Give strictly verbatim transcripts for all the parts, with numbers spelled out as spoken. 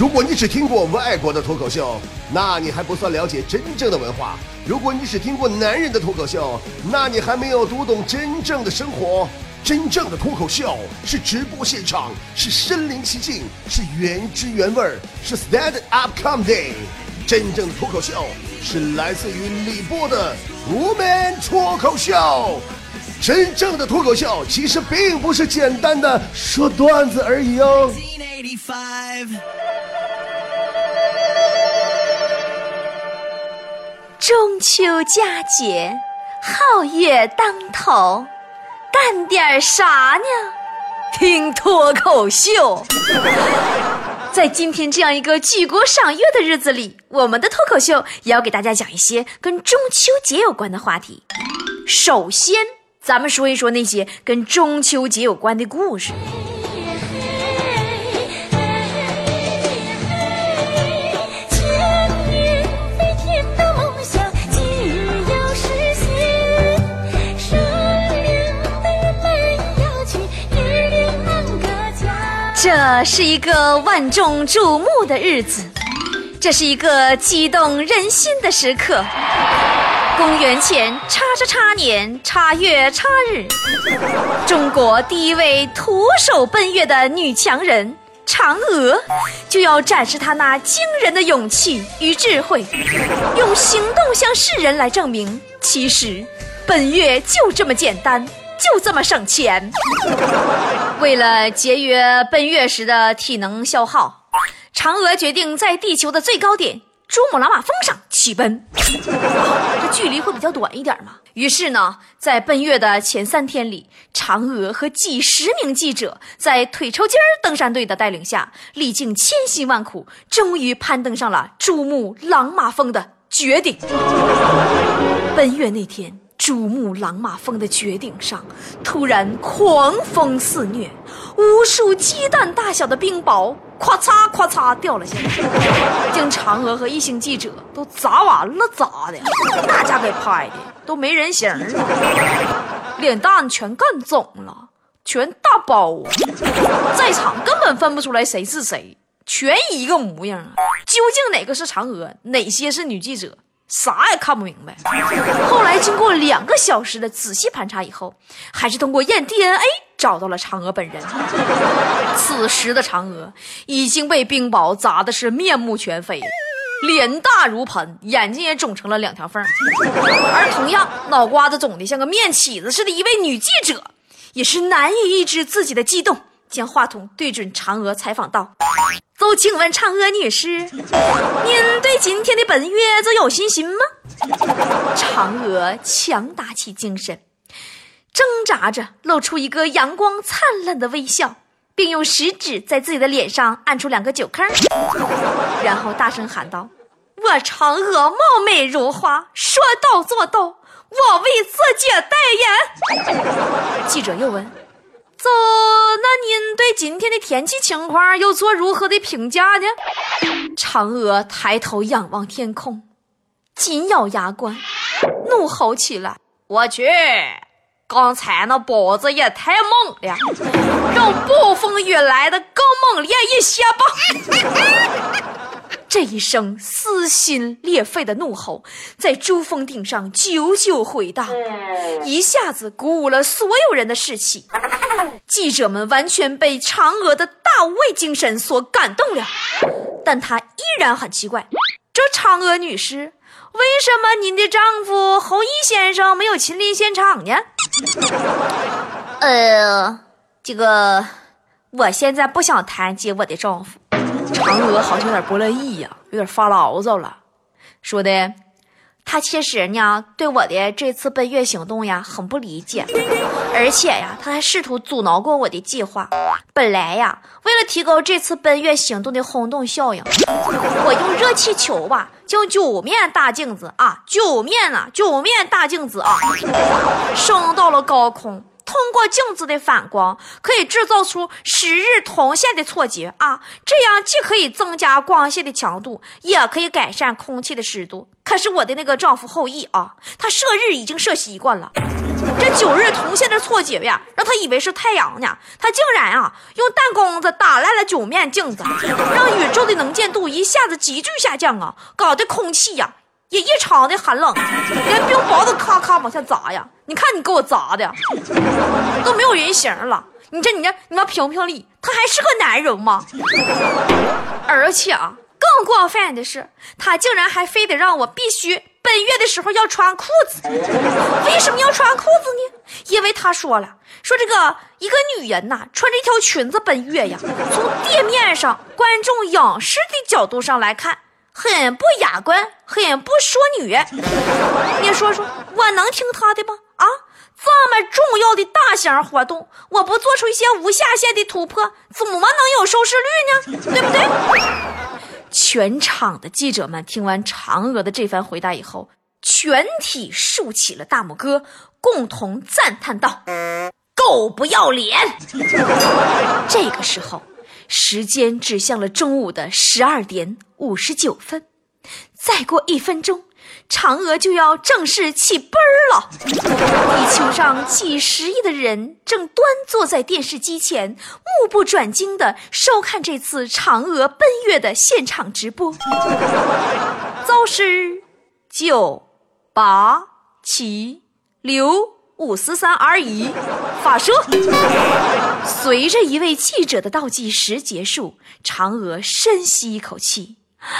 如果你只听过外国的脱口秀，那你还不算了解真正的文化；如果你只听过男人的脱口秀，那你还没有读懂真正的生活。真正的脱口秀是直播现场，是身临其境，是原汁原味，是 stand up comedy。真正的脱口秀是来自于李波的 Woman 脱口秀。真正的脱口秀其实并不是简单的说段子而已哦。 中秋佳节，皓月当头，干点啥呢？听脱口秀。在今天这样一个举国赏月的日子里，我们的脱口秀也要给大家讲一些跟中秋节有关的话题。首先咱们说一说那些跟中秋节有关的故事。这是一个万众瞩目的日子，这是一个激动人心的时刻。公元前叉叉叉年叉月叉日，中国第一位徒手奔月的女强人嫦娥就要展示她那惊人的勇气与智慧，用行动向世人来证明，其实奔月就这么简单，就这么省钱。为了节约奔月时的体能消耗，嫦娥决定在地球的最高点珠穆朗玛峰上起奔，这距离会比较短一点嘛。于是呢，在奔月的前三天里，嫦娥和几十名记者在腿抽筋登山队的带领下，历尽千辛万苦，终于攀登上了珠穆朗玛峰的绝顶。奔月那天，珠穆朗玛峰的绝顶上突然狂风肆虐，无数鸡蛋大小的冰雹咔嚓咔嚓掉了下来，将嫦娥和一行记者都砸完了砸的，大家给拍的都没人形了，脸蛋全干肿了，全大包啊，在场根本分不出来谁是谁，全一个模样啊！究竟哪个是嫦娥，哪些是女记者，啥也看不明白。后来经过两个小时的仔细盘查以后，还是通过验 D N A 找到了嫦娥本人。此时的嫦娥已经被冰雹砸的是面目全非，脸大如盆，眼睛也肿成了两条缝。而同样脑瓜子肿的像个面起子似的一位女记者，也是难以抑制自己的激动，将话筒对准嫦娥采访道：都请问嫦娥女士，您对今天的奔月这有信心吗？嫦娥强打起精神，挣扎着露出一个阳光灿烂的微笑，并用食指在自己的脸上按出两个酒坑，然后大声喊道：我嫦娥貌美如花，说到做到，我为自己代言。记者又问：走，那您对今天的天气情况又做如何的评价呢？嫦娥抬头仰望天空，紧咬牙关，怒吼起来：我去，刚才那雹子也太猛了，让暴风雨来的更猛烈一些吧。这一声撕心裂肺的怒吼在珠峰顶上久久回荡，一下子鼓舞了所有人的士气。记者们完全被嫦娥的大无畏精神所感动了，但她依然很奇怪，这嫦娥女士，为什么您的丈夫侯毅先生没有亲临现场呢？呃，这个我现在不想谈及我的丈夫。嫦娥好像有点不乐意呀、啊，有点发牢骚了，说的他其实呢对我的这次奔月行动呀很不理解，而且呀他还试图阻挠过我的计划。本来呀为了提高这次奔月行动的轰动效应，我用热气球吧将九面大镜子啊九面啊九面大镜子啊升到了高空，通过镜子的反光可以制造出十日同线的错觉啊，这样既可以增加光线的强度，也可以改善空气的湿度。可是我的那个丈夫后羿啊，他射日已经射习惯了， 这九日同线的错觉呀，让他以为是太阳呢。他竟然啊用弹弓子打烂了九面镜子，让宇宙的能见度一下子急剧下降啊，搞得空气呀也异常的寒冷，连冰雹都咔咔往下砸呀。你看你给我砸的都没有人形了。你这你这你们评评理，他还是个男人吗？而且啊，更过分的是，他竟然还非得让我必须奔月的时候要穿裤子。为什么要穿裤子呢？因为他说了，说这个一个女人呐、啊，穿着一条裙子奔月呀，从地面上观众仰视的角度上来看，很不雅观，很不淑女。你说说，我能听他的吗？啊，这么重要的大型活动，我不做出一些无下限的突破，怎么能有收视率呢？对不对？全场的记者们听完嫦娥的这番回答以后，全体竖起了大拇哥，共同赞叹道：够不要脸！这个时候时间指向了中午的十二点五十九分，再过一分钟，嫦娥就要正式起奔了。地球上几十亿的人正端坐在电视机前，目不转睛地收看这次嫦娥奔月的现场直播。造时九八七六五四三二一，发射。随着一位记者的倒计时结束，嫦娥深吸一口气，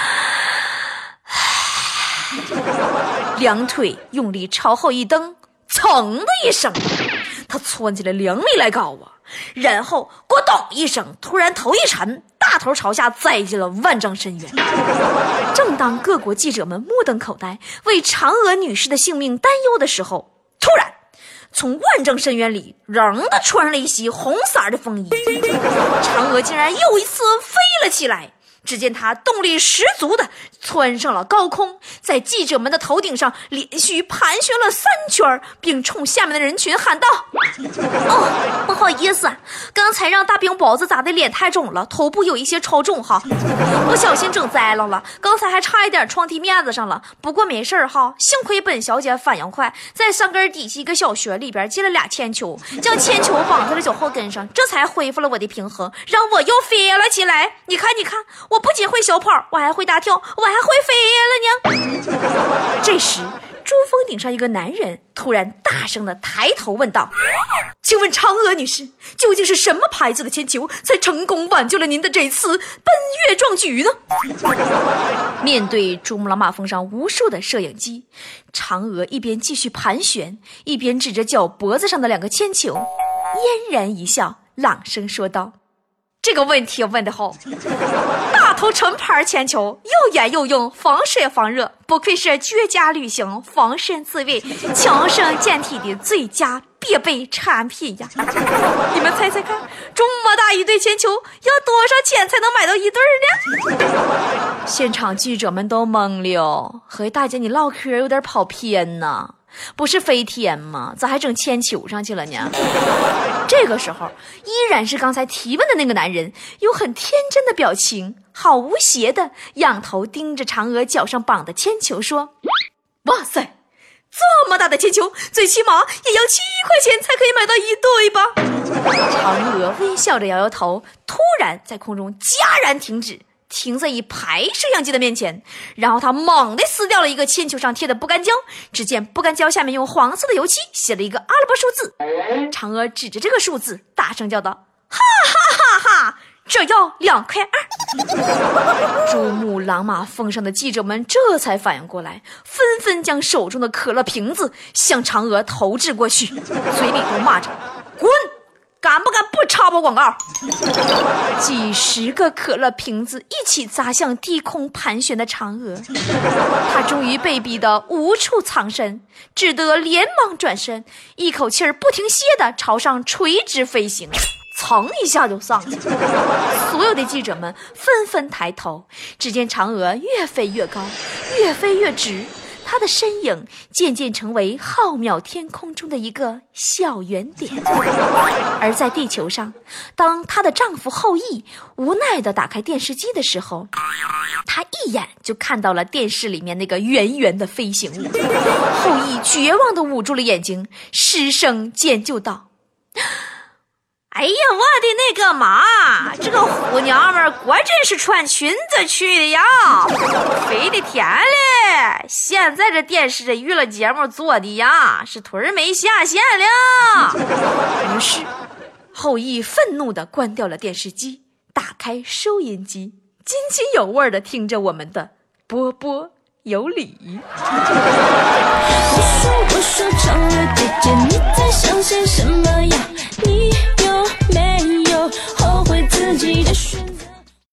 两腿用力朝后一蹬，噌的一声，他窜起来两米来高啊！然后咕咚一声，突然头一沉，大头朝下栽进了万丈深渊。正当各国记者们目瞪口呆，为嫦娥女士的性命担忧的时候，突然从万丈深渊里仍的穿了一袭红色的风衣，嫦娥竟然又一次飞了起来。只见他动力十足地窜上了高空，在记者们的头顶上连续盘旋了三圈，并冲下面的人群喊道：哦，不好意思，刚才让大冰雹子砸的脸太肿了，头部有一些超重哈，不小心整栽了了，刚才还差一点撞地面子上了，不过没事哈，幸亏本小姐反应快，在山根底下一个小穴里边接了俩铅球，将铅球绑在了脚后跟上，这才恢复了我的平衡，让我又飞了起来。你看你看，我不仅会小跑，我还会大跳，我还会飞了呢。这时珠峰顶上一个男人突然大声地抬头问道：请问嫦娥女士，究竟是什么牌子的铅球才成功挽救了您的这次奔月壮举呢？面对珠穆朗玛峰上无数的摄影机，嫦娥一边继续盘旋，一边指着脚脖子上的两个铅球，嫣然一笑，朗声说道：这个问题问得好，大头纯牌铅球又圆又硬，防晒防热，不愧是绝佳旅行防身自卫强身健体的最佳必备产品呀！你们猜猜看，这么大一对铅球要多少钱才能买到一对呢？现场记者们都懵了，和大姐你唠嗑有点跑偏呢，不是飞天吗？咋还整铅球上去了呢？这个时候依然是刚才提问的那个男人，用很天真的表情，好无邪的仰头盯着嫦娥脚上绑的铅球说：哇塞，这么大的铅球最起码也要七块钱才可以买到一对吧？嫦娥微笑着摇摇头，突然在空中戛然停止，停在一排摄像机的面前，然后他猛地撕掉了一个铅球上贴的不干胶，只见不干胶下面用黄色的油漆写了一个阿拉伯数字。嫦娥指着这个数字大声叫道：哈哈哈哈，这要两块二！珠穆朗玛峰上的记者们这才反应过来，纷纷将手中的可乐瓶子向嫦娥投掷过去，嘴里头骂着：滚！敢不敢不插播广告？几十个可乐瓶子一起砸向低空盘旋的嫦娥，她终于被逼得无处藏身，只得连忙转身，一口气儿不停歇地朝上垂直飞行，噌一下就上去了。所有的记者们纷纷抬头，只见嫦娥越飞越高，越飞越直， 她的身影渐渐成为浩渺天空中的一个小圆点。而在地球上，当她的丈夫后羿无奈地打开电视机的时候，她一眼就看到了电视里面那个圆圆的飞行物。后羿绝望地捂住了眼睛，失声尖叫道：哎呀，我的那个妈！这个虎娘们果真是穿裙子去的呀！飞的天嘞！现在这电视这娱乐节目做的呀，是腿没下线了。于是，后羿愤怒地关掉了电视机，打开收音机，津津有味地听着我们的波波有理。我说我说